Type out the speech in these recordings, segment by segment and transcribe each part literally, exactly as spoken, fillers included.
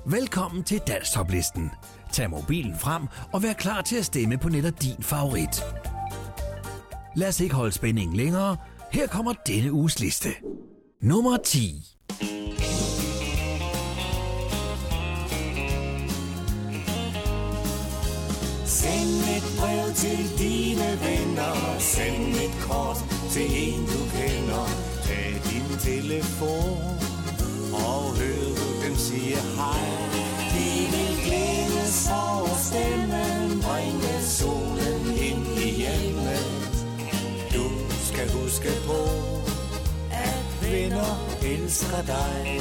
Velkommen til Danstoplisten. Tag mobilen frem og vær klar til at stemme på netop din favorit. Lad os ikke holde spændingen længere. Her kommer denne uges liste. Nummer ti. Send et brev til dine venner. Send et kort til en du kender. Tag din telefon og hør dem sige hej. De vil glædes over stemmen. Bringe solen ind i hjemmet. Du skal huske på, at venner elsker dig.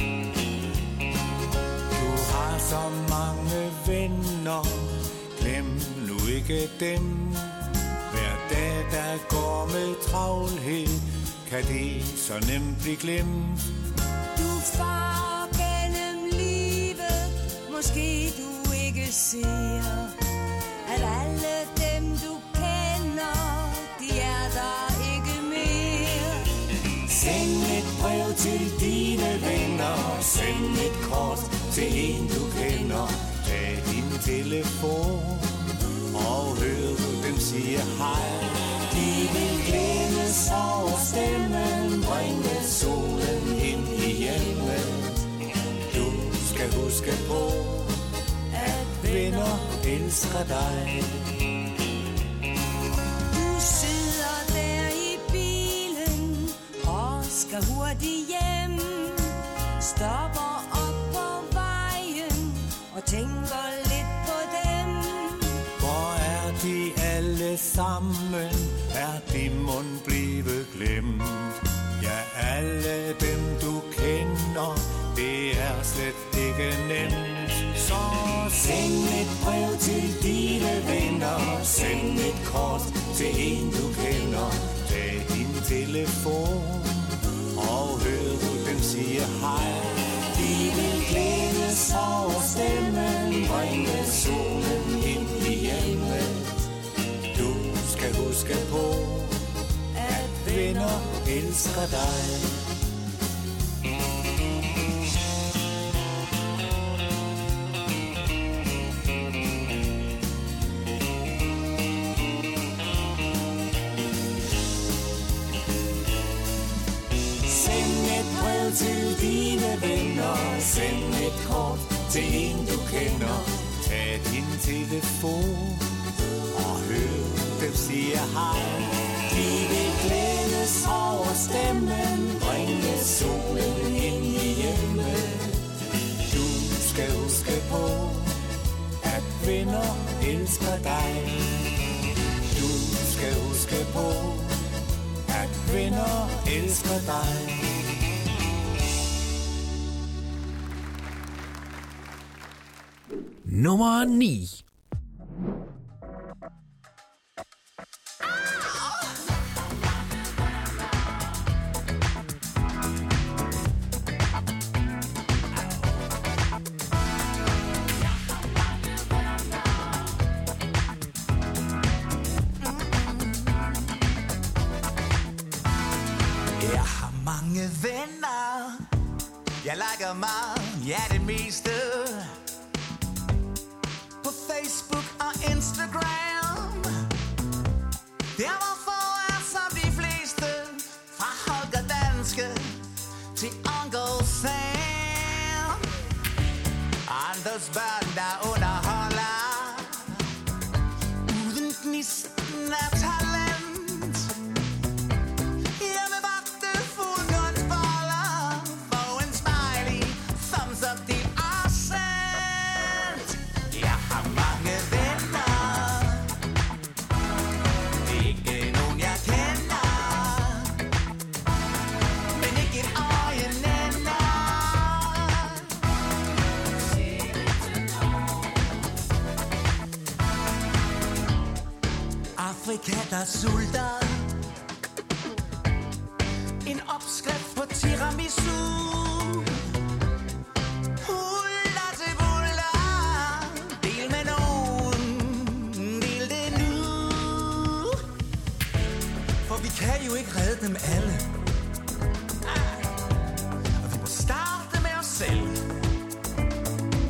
Du har så mange venner. Glem nu ikke dem. Hver dag der går med travlhed, kan det så nemt blive glemt. Du farer gennem livet, måske du ikke ser, at alle dem du kender, de er der ikke mere. Send et brev til dine venner. Send et kort til en du kender. Tag din telefon og hør dem sige hej. De vil glædes over stemmen. Bringe solen ind i hjemmet. Du skal huske på, at venner elsker dig. Du sidder der i bilen og skal hurtigt hjem. Stopper op på vejen og tænker lidt på dem. Hvor er de alle sammen? Er de mund blevet glemt? Ja, alle dem du kender, det er slet ikke nemt. Så send et brev til dine venner. Send et kort til en du kender. Tag din telefon og hør dem sige hej. De vil glædes over stemmen. Bringe solen ind i hjemmet. Du skal huske på, at venner elsker dig. Til dine venner. Send et kort til en du kender. Tag din telefon og hør dem sige hej. De vil glædes over stemmen. Bringe solen ind i hjemmet. Du skal huske på, at venner elsker dig. Du skal huske på, at venner elsker dig. Nummer ni. Jeg har mange venner. Jeg liker meget, ja det meste. Facebook og Instagram. Der hvor få er som de fleste. Fra Holger Danske til Uncle Sam. Andres børn der underholder. Uden gnisten af talent. Hjemmebagte fuldkornsboller. Få en smiley, thumbs up, det er sendt. Jeg har mange venner. Ikke nogen jeg kender. Men ikke et øje nænder. Afrika der sulter. En opskrift på tiramisu. Hulter til bulter. Del med nogen. Del det nu. For vi kan jo ikke redde dem alle. Og vi må starte med os selv.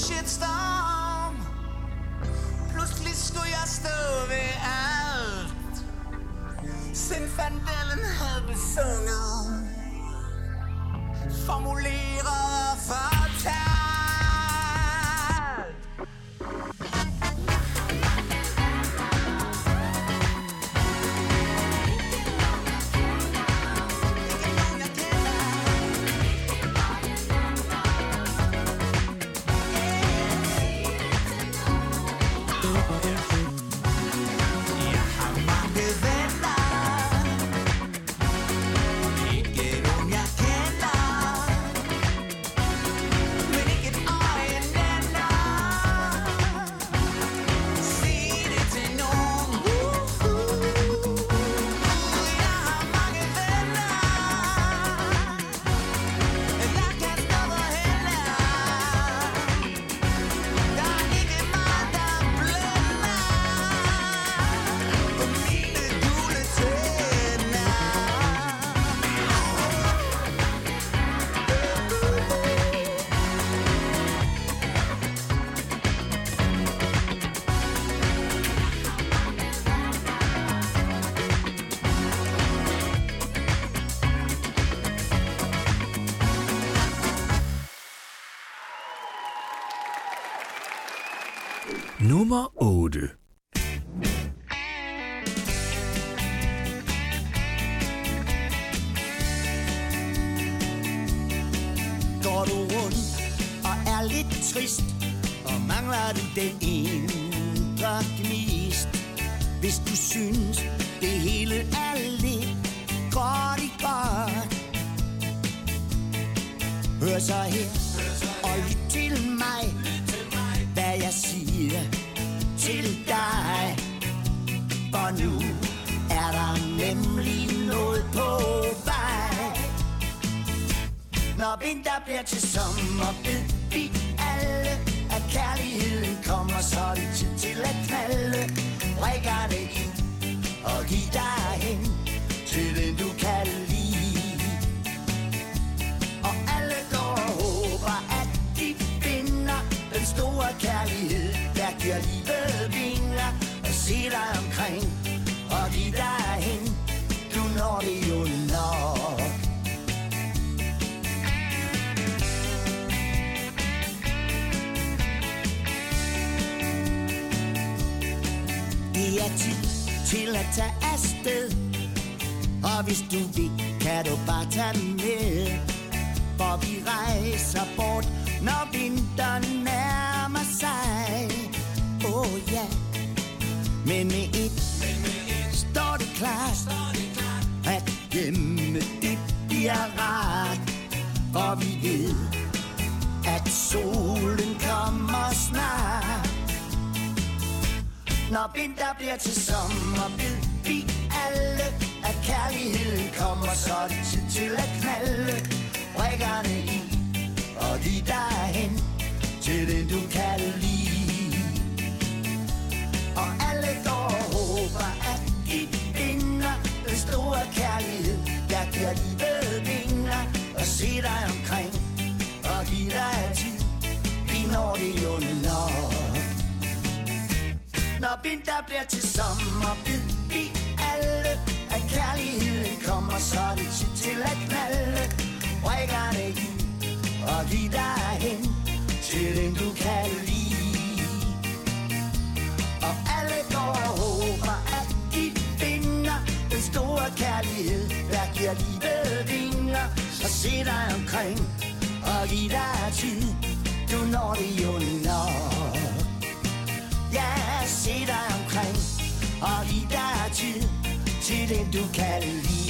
shitstorm. Pludselig skulle jeg stå ved alt Zinfandelen havde besunget, formuleret og fortalt. Nummer otte. Går du rundt og er lidt trist, og mangler du den indre gnist? Hvis du synes, det hele er lidt godt i godt, hør så her og lyt til mig, hvad jeg siger til dig. For nu er der nemlig noget på vej. Når vinter bliver til sommer, ved vi alle, at kærligheden kommer, så er det tid til at knalde. Rækker det ind og giv dig hen til den du kan lide. Og alle går og håber, at de finder den store kærlighed, der giver livet vinger. Og se dig omkring og giv dig hen, du når det jo nok. Det er tid til at tage afsted, og hvis du vil, kan du bare tage med. For vi rejser bort, når vinteren nærmer sig. Åh oh, ja, yeah. Men med et, står det klart, at hjemme det bliver rart. For vi ved, at solen kommer snart. Når vinter bliver til sommer, ved vi alle, at kærligheden kommer, så er det tid til at knalde. Brækkerne i og giv dig hen til den du kan lide. Og alle går og håber, at de finder den store kærlighed, der giver livet vinger. Og se dig omkring og giv dig tid, vi når det jo nok. Når vinter bliver til sommer, ved vi alle, at kærligheden kommer, så er det tid til at knalde. Brækkerne i og giv dig hen til den du kan lide. Og alle går og håber, at de finder den store kærlighed, der giver livet vinger. Og se dig omkring og giv dig tid, du når det jo nok. Ja, se dig omkring og giv dig tid til den du kan lide.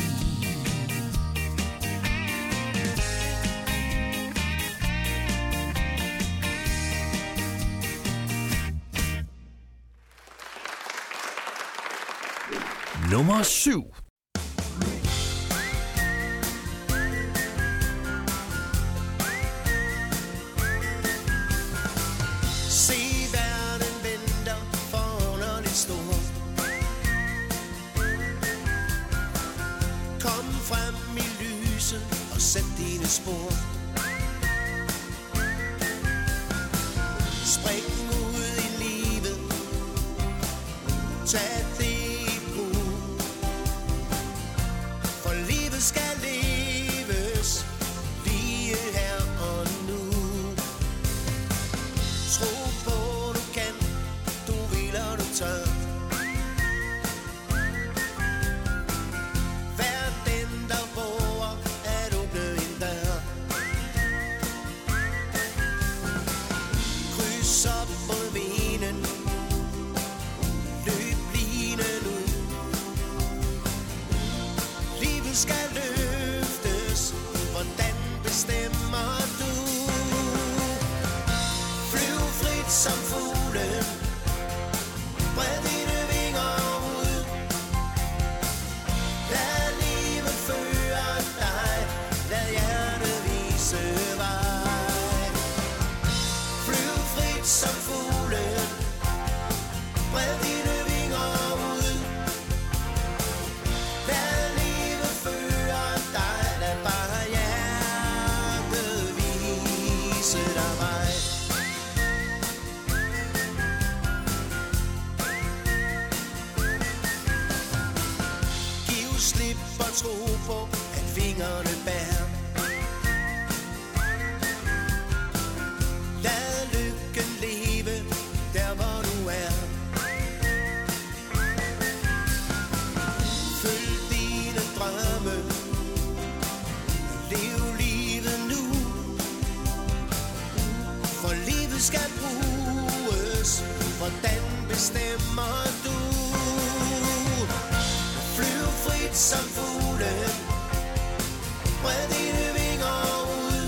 Nummer syv. Sæt dine spor. Spring ud i livet, tag det i brug, for livet skal leves lige her og nu. Tro på du kan, du vil og du tør. Vær den der våger at åbne en dør. Kryds op mod vinden, løb linen ud. Livet skal løftes, hvordan bestemmer du? Flyv frit som fuglen, bred dine vinger ud. Lad livet føre dig, lad hjertet vise vej. Flyv frit som fuglen, bred dine vinger ud. Lad livet føre dig, lad bare hjertet vise dig vej. Giv slip og tro på, at vingerne bærer. Lad lykken leve der hvor du er. Følg dine drømme, lev livet nu, for livet skal bruges, hvordan bestemmer du? Flyv frit som fuglen, bred dine vinger ud.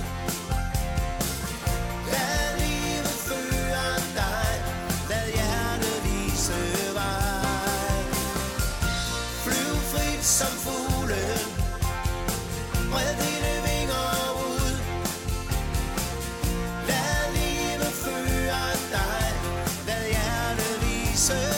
Lad livet føre dig, lad hjertet vise vej. Flyv frit som fuglen, bred dine vinger ud. Lad livet føre dig, lad hjertet vise vej.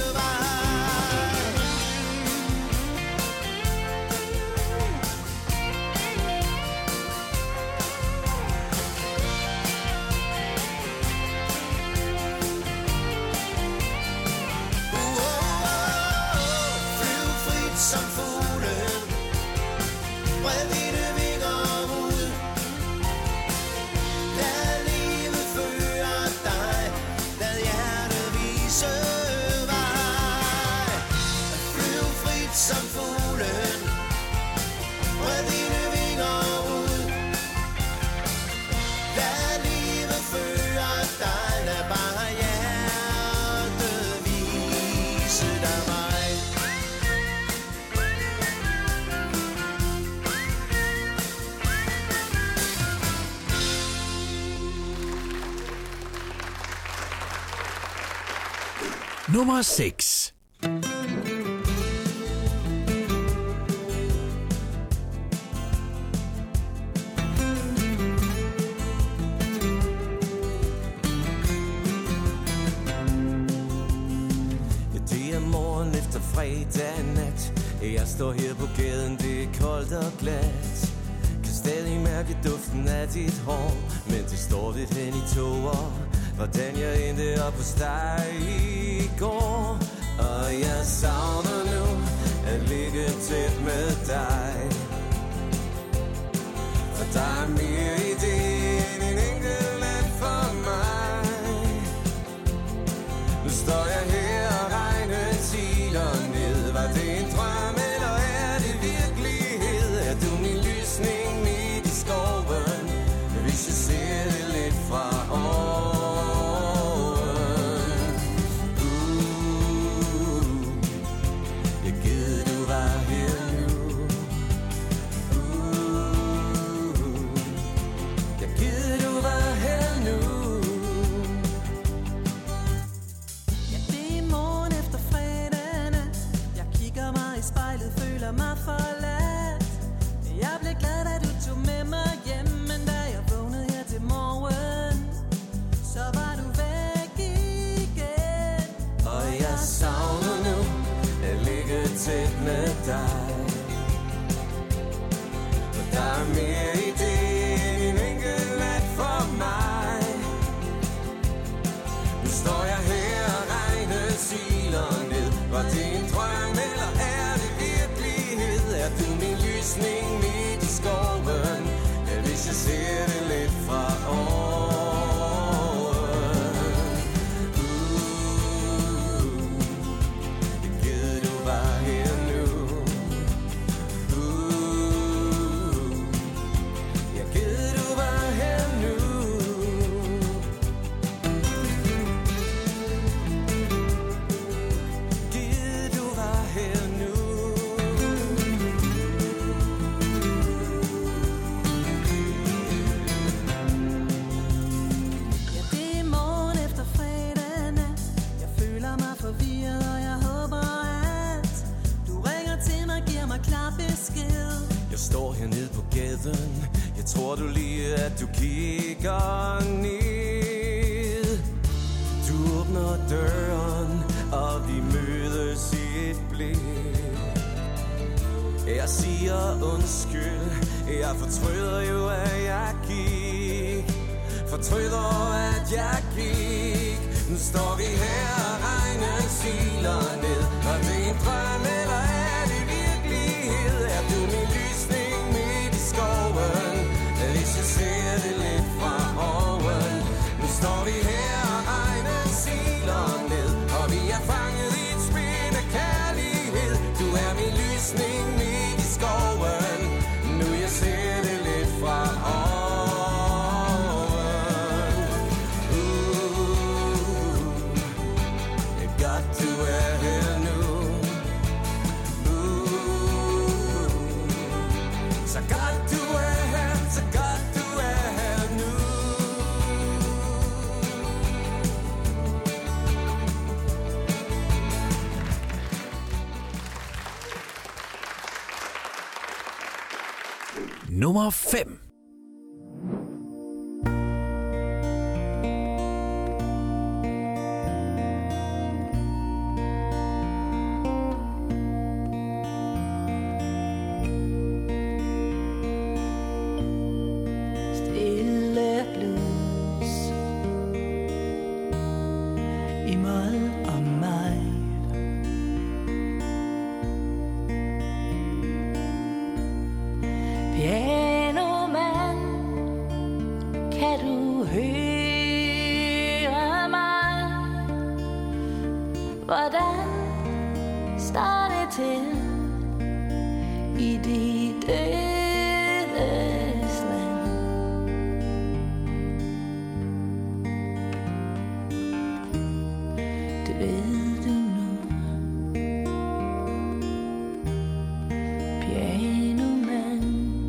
Flyv frit som fuglen, bred dine vinger ud. Lad livet føre dig, lad hjertet vise vej. Flyv frit som fuglen, bred dine vinger ud. Lad livet føre dig, lad bare hjertet vise dig vej. Nummer seks. Det er morgen efter fredag nat. Jeg står her på gaden, det er koldt og glat. Kan stadig mærke duften af dit hår, men det står lidt hen i tåger. Hvordan jeg endte op hos dig i går. Og jeg savner nu at ligge tæt med dig. For der er mere i det end en enkelt nat for mig. Nu står jeg her og regner tiler ned. Var det en drøm eller er det virkelighed? Er du min lysning midt i skoven, hvis jeg ser det lidt fra oven? lysning midt i skoven. Ja, hvis jeg ser det lidt fra oven. Uh, gid du var her nu. Uh, ja, gid du var her nu. Gid du var her nu. Ja, det er morgen efter fredag nat. Jeg føler mig forvirret, og jeg håber, at du ringer til mig, giver mig klar besked. Jeg står hernede på gaden. Jeg tror du lige, at du kigger ned. Du åbner døren, og vi mødes i et blik. Jeg siger undskyld. Jeg fortryder jo, at jeg gik. Fortryder, at jeg gik. Nu står vi her, og regnen siler ned. Var det en drøm, eller er det virkelighed? Er du min lysning midt i skoven? Hvis jeg ser det lidt fra oven. Nu står vi her, og regnen siler ned. Og vi er fanget i et spind af kærlighed. Du er min lysning midt i skoven. Nu jeg ser det lidt fra oven. Uh, det er godt du er her nu. Uh, så godt du er her, så godt du er her nu. Nummer fem. Stille blues i mig og mig. Pianoman, kan du høre mig? Hvordan står det til i de dødes land? Det ved du nu. Pianoman.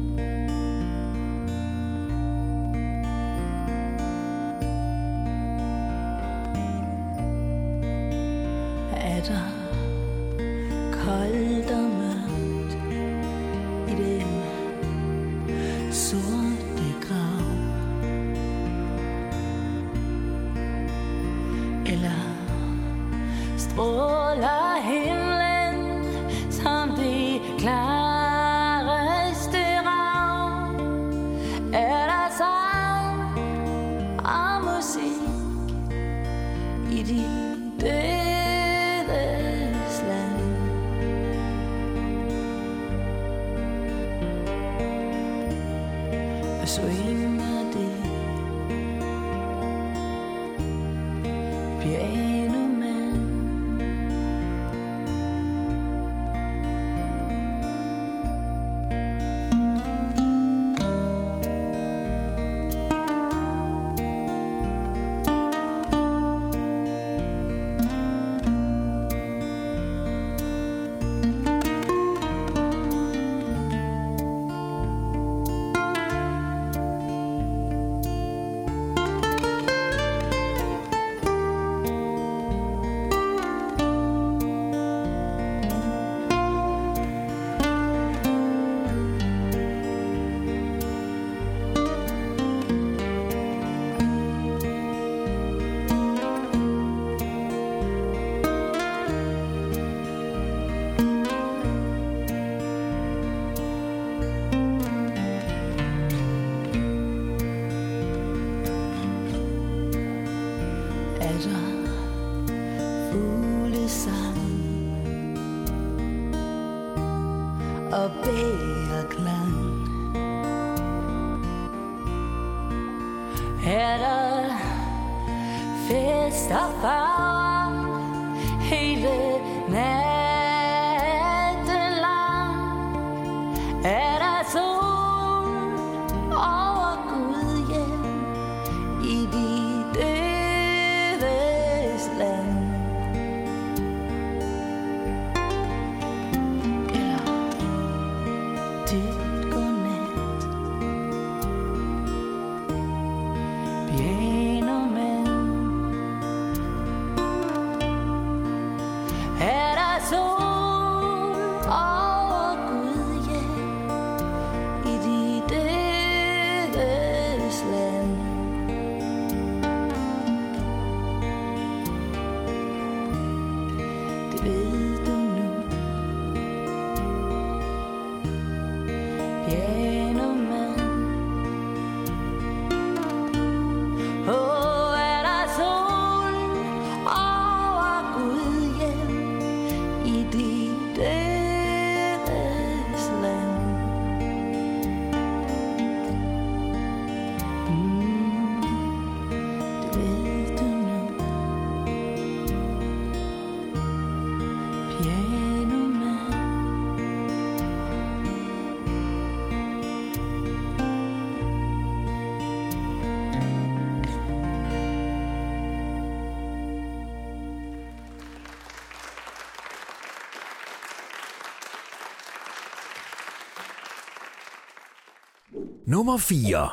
Er der koldt og mørkt i den sorte grav? Eller stråler himlen som det klareste rav? Er der sang og musik i de dødes land? Og svinger det pianoman. og bæreklang. Er der fest og farver hele natten lang? Er der sol over Gudhjem i de døves land? Eller dybt godnat, pianomand? Er der sol over Gudhjem i de døves land? Det ved du nu, pianomand. Åh, er der sol over Gudhjem i de dødes land? Mm, det ved du nu, pianomand. Nummer fire.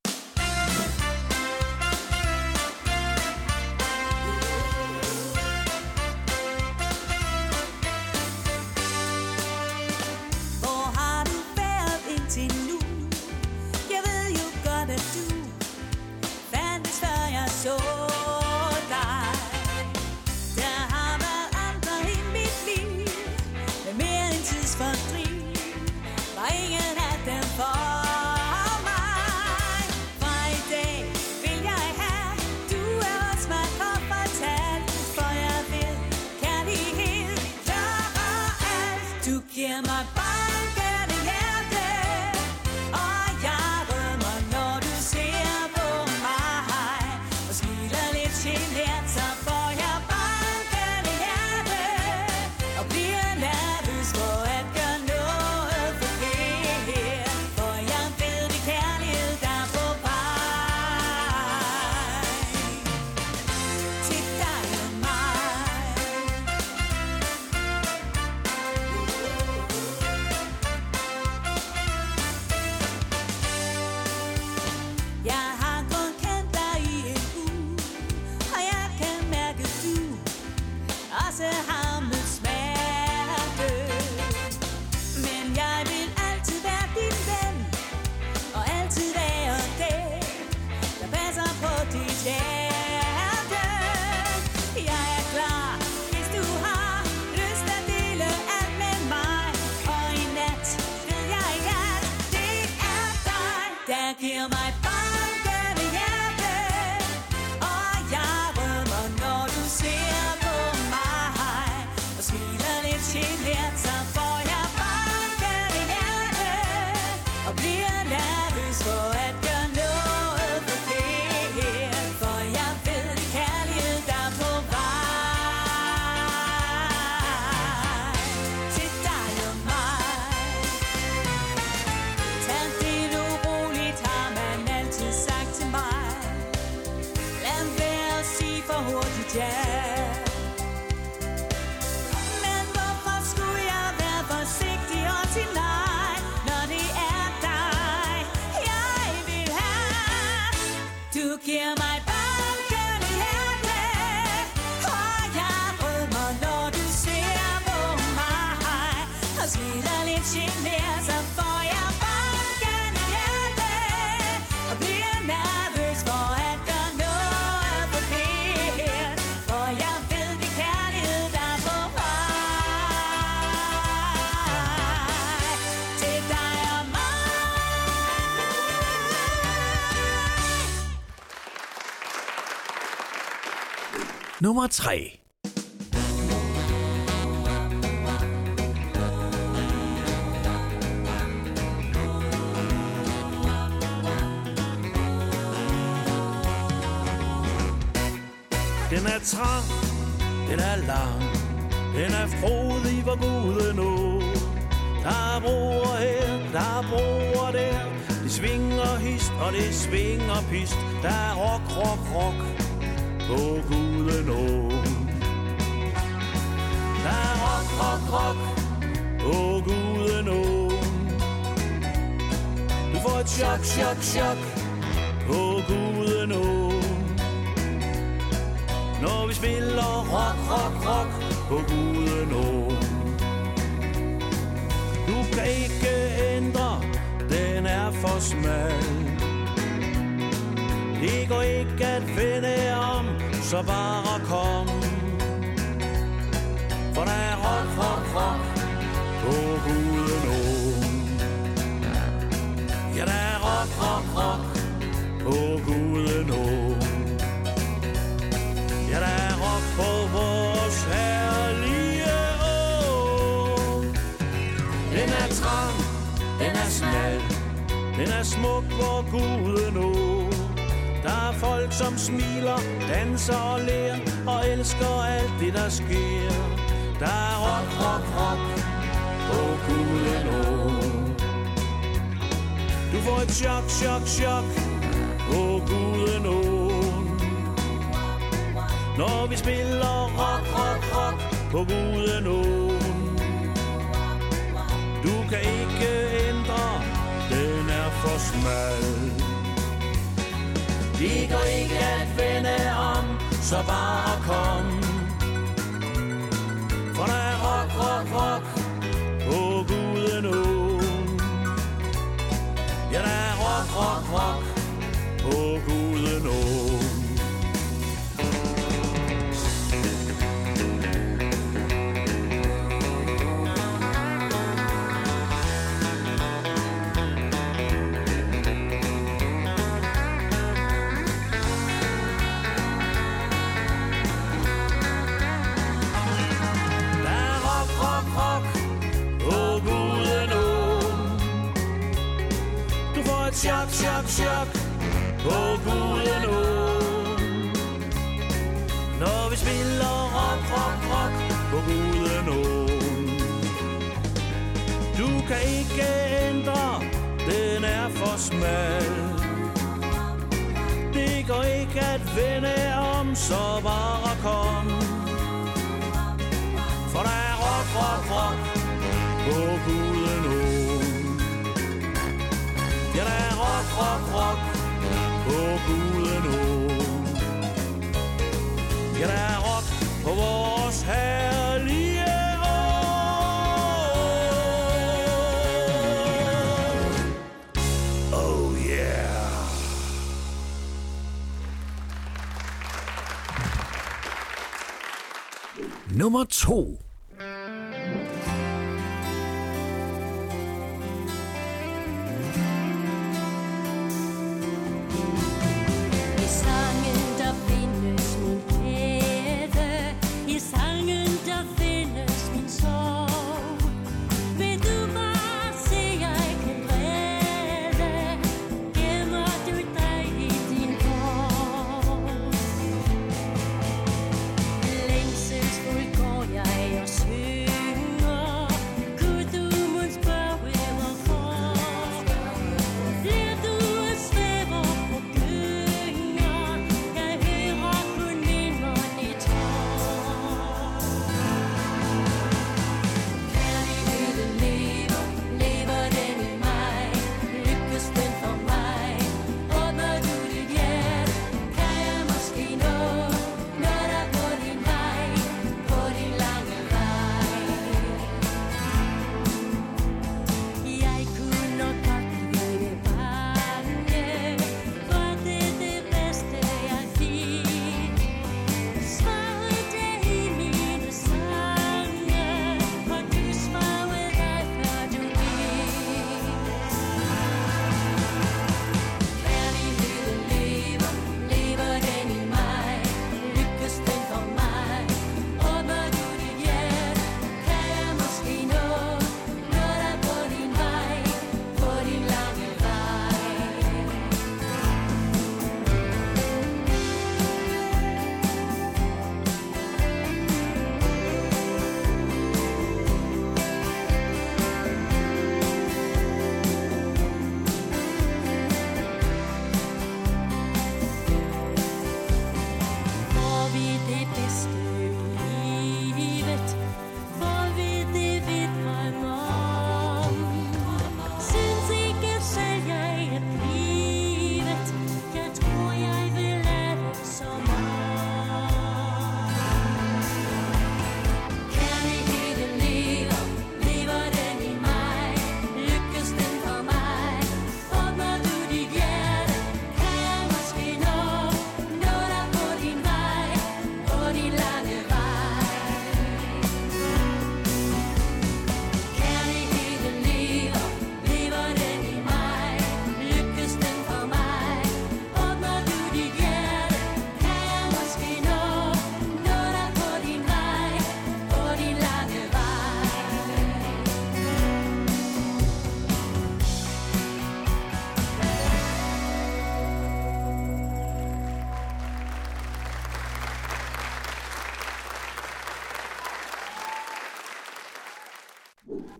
Hvor har du været indtil nu? Jeg ved jo godt, at du fandtes, før jeg så dig. Der har været andre i mit liv med mere end tidsfordriv. Var ingen af dem for mig. Fra i dag vil jeg have, du er også mig komfortabel, for jeg ved kærlighed klarer alt. Du giver mig bankende hjerte, og jeg rømmer, når du ser på mig, og smiler lidt genert, så får jeg bankende hjerte, og bliver nervøs for at gøre noget forkert, for jeg ved det kærlighed, der er på vej til dig og mig. Jeg har kun kendt dig i en uge, og jeg kan mærke, du også har mødt smerte. Men jeg vil altid være din ven, og altid være den, der passer på dit hjerte. Jeg er klar, hvis du har lyst at dele alt med mig, og i nat ved jeg, at det er dig, der giver mig bankende hjerte, og jeg rømmer, når du ser på mig, og smiler lidt genert, så får jeg bankende hjerte, og bliver nervøs for at gøre noget forkert, for jeg ved det kærlighed, der er på vej til dig og mig. Tag det nu roligt, har man altid sagt til mig. Lad være at sige for hurtigt ja. Men hvorfor skulle jeg være forsigtig og sige nej, når det er dig, jeg vil have? Du giver mig bankende hjerte, og jeg rømmer, når du ser på mig, og smiler lidt genert, så får jeg bankende hjerte, og bliver nervøs for at gøre noget forkert, for jeg ved det kærlighed, der er på vej til dig og mig. Nummer tre. Den er trang, den er lang, den er frodig, hvor guden nå. Der er broer her, der er broer der, det svinger hist, og det svinger pist. Der er rock, rock, rock på guden nå. Der er rock, rock, rock på guden nå. Du får et chok, chok, chok på guden nå. Når vi spiller rock, rock, rock på guden nå. Du kan ikke ændre, den er for smal. Det går ikke at vende om, så bare kom. For der er rock, rock, rock på guden nå. Ja, der er rock, rock, rock på guden nå. Ja, der er rock på vores herlige å. Den er trang, den er smal, den er smuk, hvor guden nå. Der er folk, som smiler, danser og ler, og elsker alt det, der sker. Der er rock, rock, rock på guden nå. Du får et chok, chok, chok på guden nå. Når vi spiller rock, rock, rock på guden å. Du kan ikke ændre, den er for smal. Det går ikke at vende om, så bare kom. For der er rock, rock, rock på guden å. Ja, der er rock, rock, rock på guden å. Chok, chok, chok på guden å. Når vi spiller rock, rock, rock på guden å. Du kan ikke ændre, den er for smal. Det går ikke at vende om, så bare kom. For der er rock, rock, rock på guden å. Ja, der er rock, rock, rock på guden å. Ja, der er rock på vores herlige å. Oh yeah. Nummer to. Længselsfuld går jeg og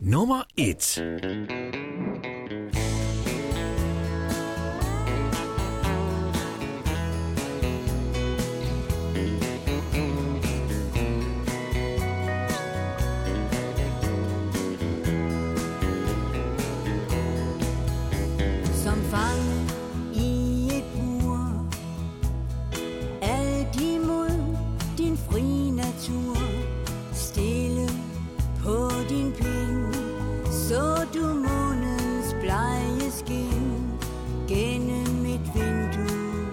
nummer et. Som fange i et bur, alt imod din fri natur, stille på din pind, så du månens blege skin gennem et vindue.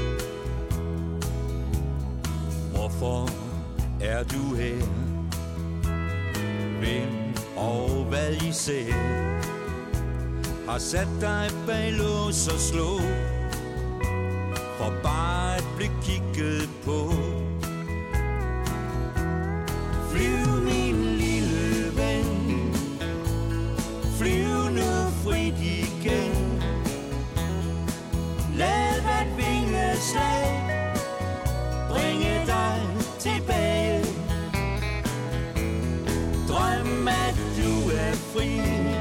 Hvorfor er du her? Hvem og hvad især har sat dig bag lås og slå, for bare at blive kigget på? Flyv, min lille ven, flyv nu frit igen. Lad hvert vingeslag bringe dig tilbage. Drøm, at du er fri.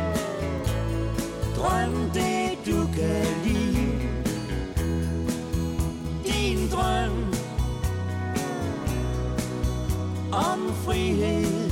Drøm det du kan lide. Din drøm om frihed.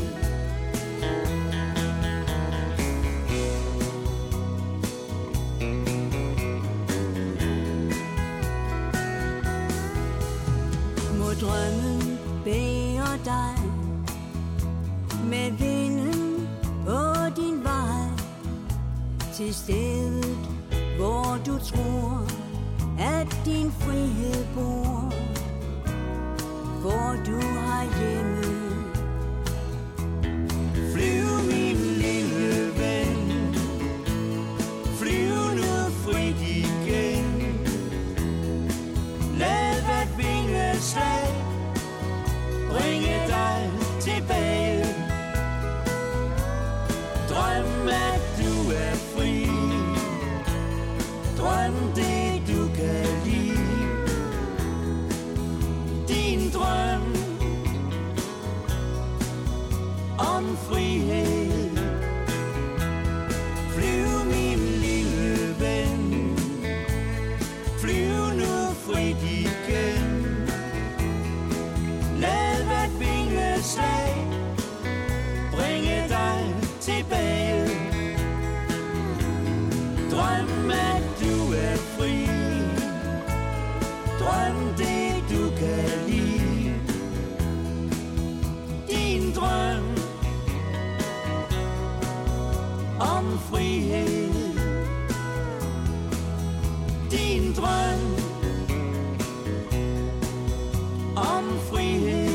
Må drømmen bære dig med vinden på din vej til stedet, hvor du tror, at din frihed bor, hvor du har hjemme. Flyv, min lille ven, flyv nu frit igen. Lad hvert vingeslag bringe dig tilbage. Drøm, at du er fri. Drøm det du kan lide. Din drøm om frihed. Flyv, min lille ven, flyv nu frit igen. Lad hvert vingeslag bringe dig tilbage. Drøm, at du er fri. Drøm det du kan lide. Din drøm om frihed. Din drøm om frihed.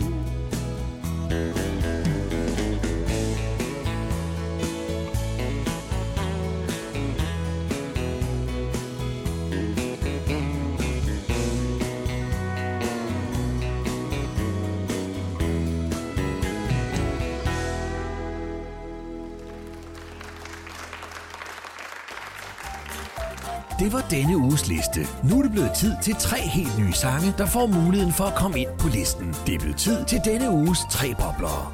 Det var denne uges liste. Nu er det blevet tid til tre helt nye sange, der får muligheden for at komme ind på listen. Det er blevet tid til denne uges tre boblere.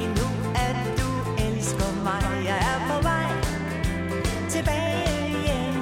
Tilbage igen.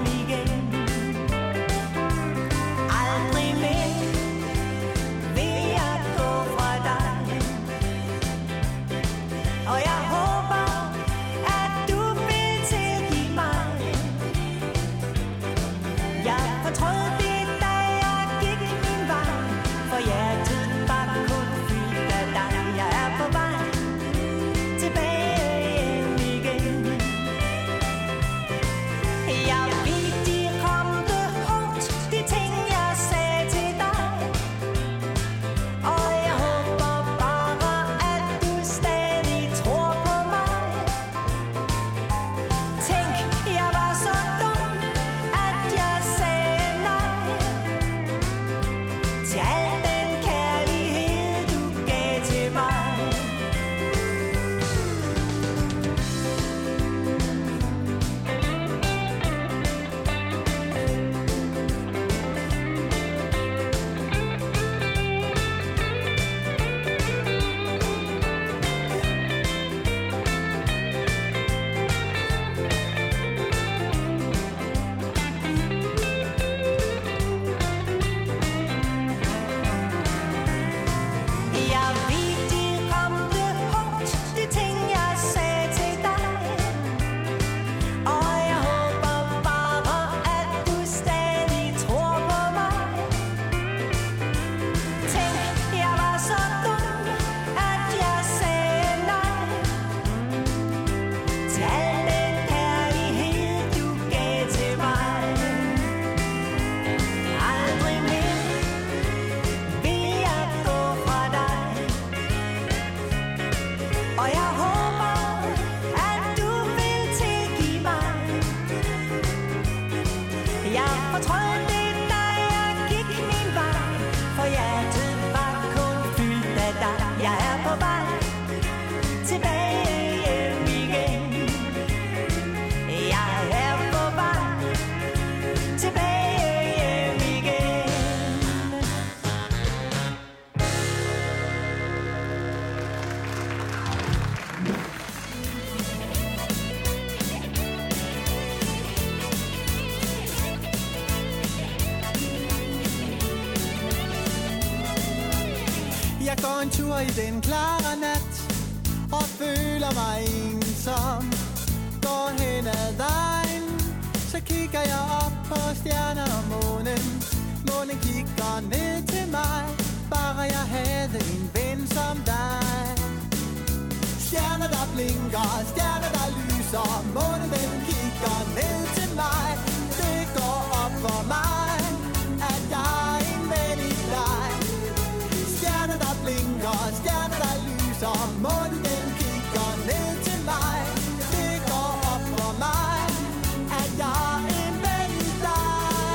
en tur i den klare nat og føler mig ensom. Går hen ad vejen, så kigger jeg op på stjerner og månen. Månen kigger ned til mig, bare jeg havde en ven som dig. Stjerner der blinker, stjerner der lyser, månen den kigger ned til mig. Det går op for mig, at jeg er en ven i dig. Stjerner der blinker, stjerner der lyser, månen den kigger ned til mig. Det går op for mig, at jeg er en ven i dig.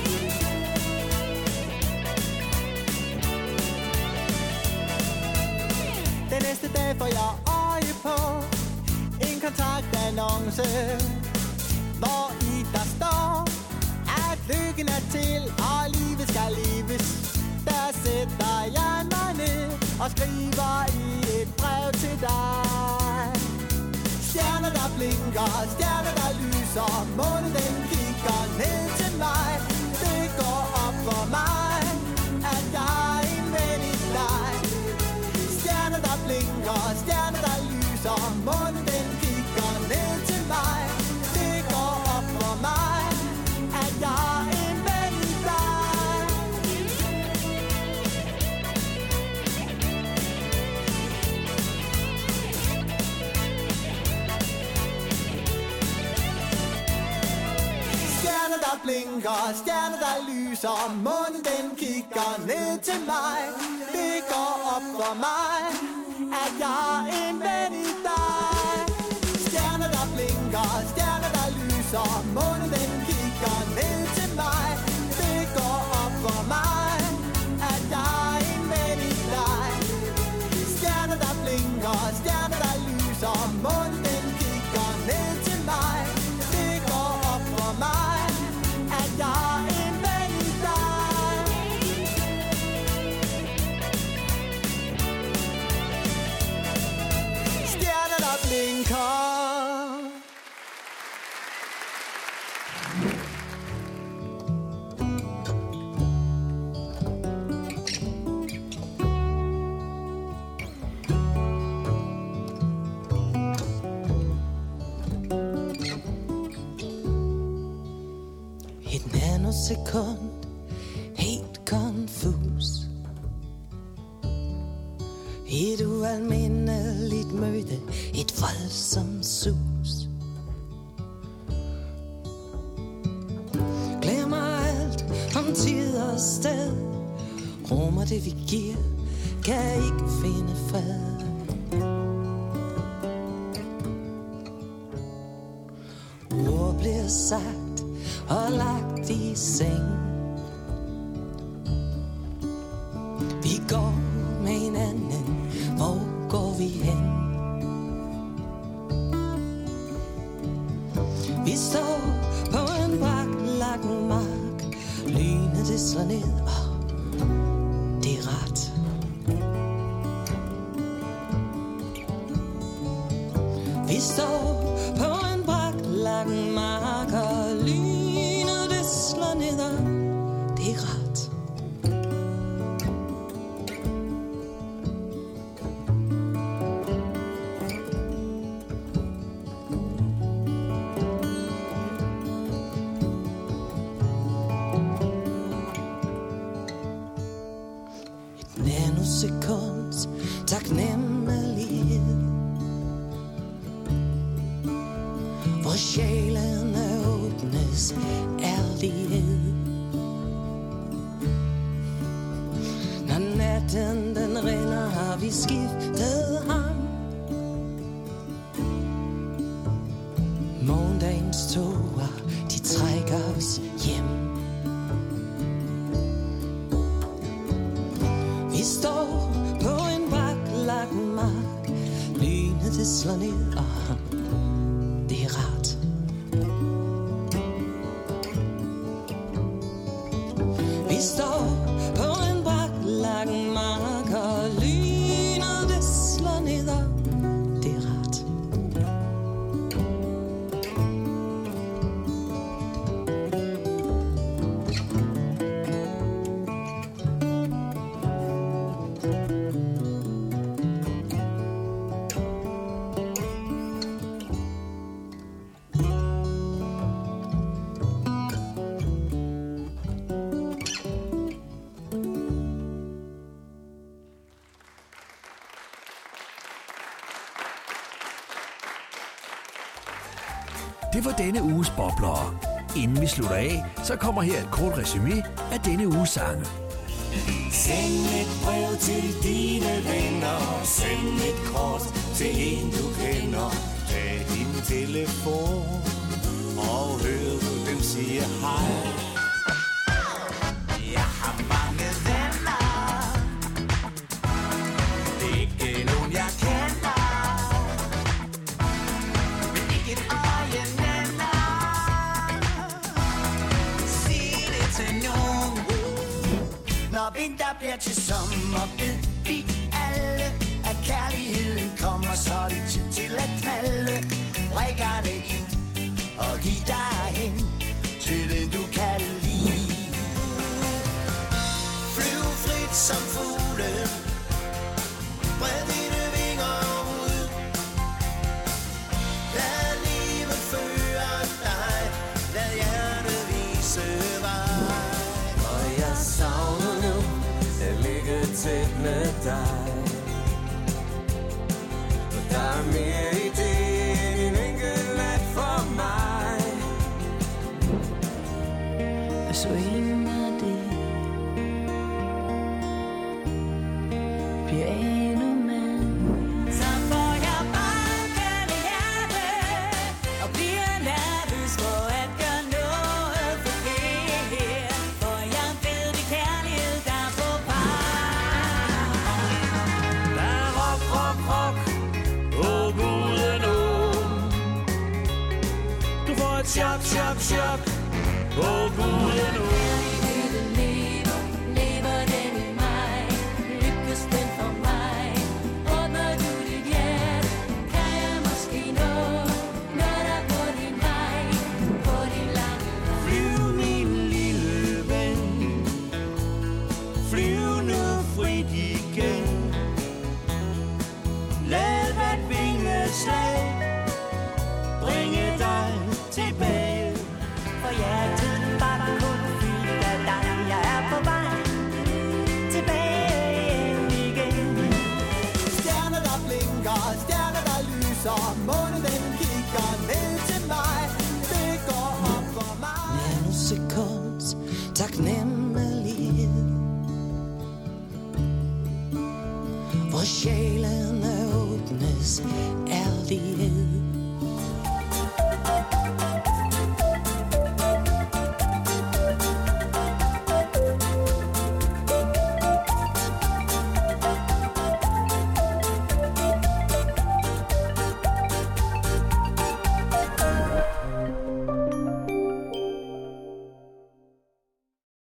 Den næste dag får jeg øje på en kontaktannonce, hvor i der står, at lykken er til, og livet skal leves. Der sætter jeg mig ned og skriver i et brev til dig. Stjerner der blinker, stjerner der lyser, månen den kigger ned til mig. Det går op for mig, at jeg er en ven i dig. Stjerner der blinker, stjerner der lyser, månen den kigger ned til mig. Det går op for mig, at jeg er en ven i dig. Stjerner der blinker, stjerner der lyser, månen den kigger ned til mig. Det går op for mig, at jeg er en ven i dig. Stjerner der blinker, stjerner der lyser, månen den kigger ned til mig. Det går op for mig, at jeg er en ven i dig. Stjerner der blinker, stjerner der lyser, månen den kigger ned til mig. Det går op for mig, at jeg er en ven i dig. Stjerner der blinker. Et nanosekund, helt konfus. Et ualmindeligt møde, et voldsomt sus. Glemmer alt om tid og sted. Rummer det vi giver, kan ikke finde fred. Ord bliver sagt og lagt i seng. Vi går med hinanden, hvor går vi hen? Vi står på en braklagt mark. Lynet det slår ned, og det er ret. Vi står på en braklagt mark, og lynet det slår ned, og det er ret. Nanosekunds taknemmelighed, hvor sjælene åbnes, ærlighed. Når natten den rinder, har vi skiftet ham. Morgendagens tåger, de trækker os hjem. Vi står på en braklagt mark. Lynet det slår ned, og det er rart. Vi står på en braklagt mark, og lynet det slår ned, og det er rart. Det var denne uges bobler. Inden vi slutter af, så kommer her et kort resumé af denne uges sange. Send et brev til dine venner. Send et kort til en du kender. Tag din telefon og hør du dem sige hej. Jeg har mange venner. Det er ikke nogen jeg kender, men ikke et øje nænder. Sig det til nogen. Når vinter bliver til sommer, ved vi alle, at kærligheden kommer, så er det tid til at knalde. Rækker det ind og giv dig hen til den du kan lide. Flyv frit som fuglen, bred dine vinger ud. Lad livet føre dig, lad hjertet vise vej. Og jeg savner nu at ligge tæt med dig. Og der er mere i det end en enkelt nat for mig. Og så ender det pianoman. Så får jeg banket i hjertet og bliver nervøs for at gøre noget forkert. For jeg ved det kærlighed, der er på vej. Der er rock, rock, rock på guden om. Du får et chok, chok, chok på guden om. Kærligheden lever, lever den i mig. Lykkes den for mig. Åbner du dit hjerte, kan jeg måske nå noget der på din vej, på din lange vej. Flyv, min lille ven. Flyv nu frit igen. Lad hvert vingeslag bringe dig tilbage. For hjertet var kun fyldt af dig. Jeg er på vej tilbage igen. Stjerner der blinker, stjerner der lyser. Månen den kigger ned til mig. Det går op for mig. Nanosekunds taknemmelighed, hvor sjælene åbnes, ærlighed.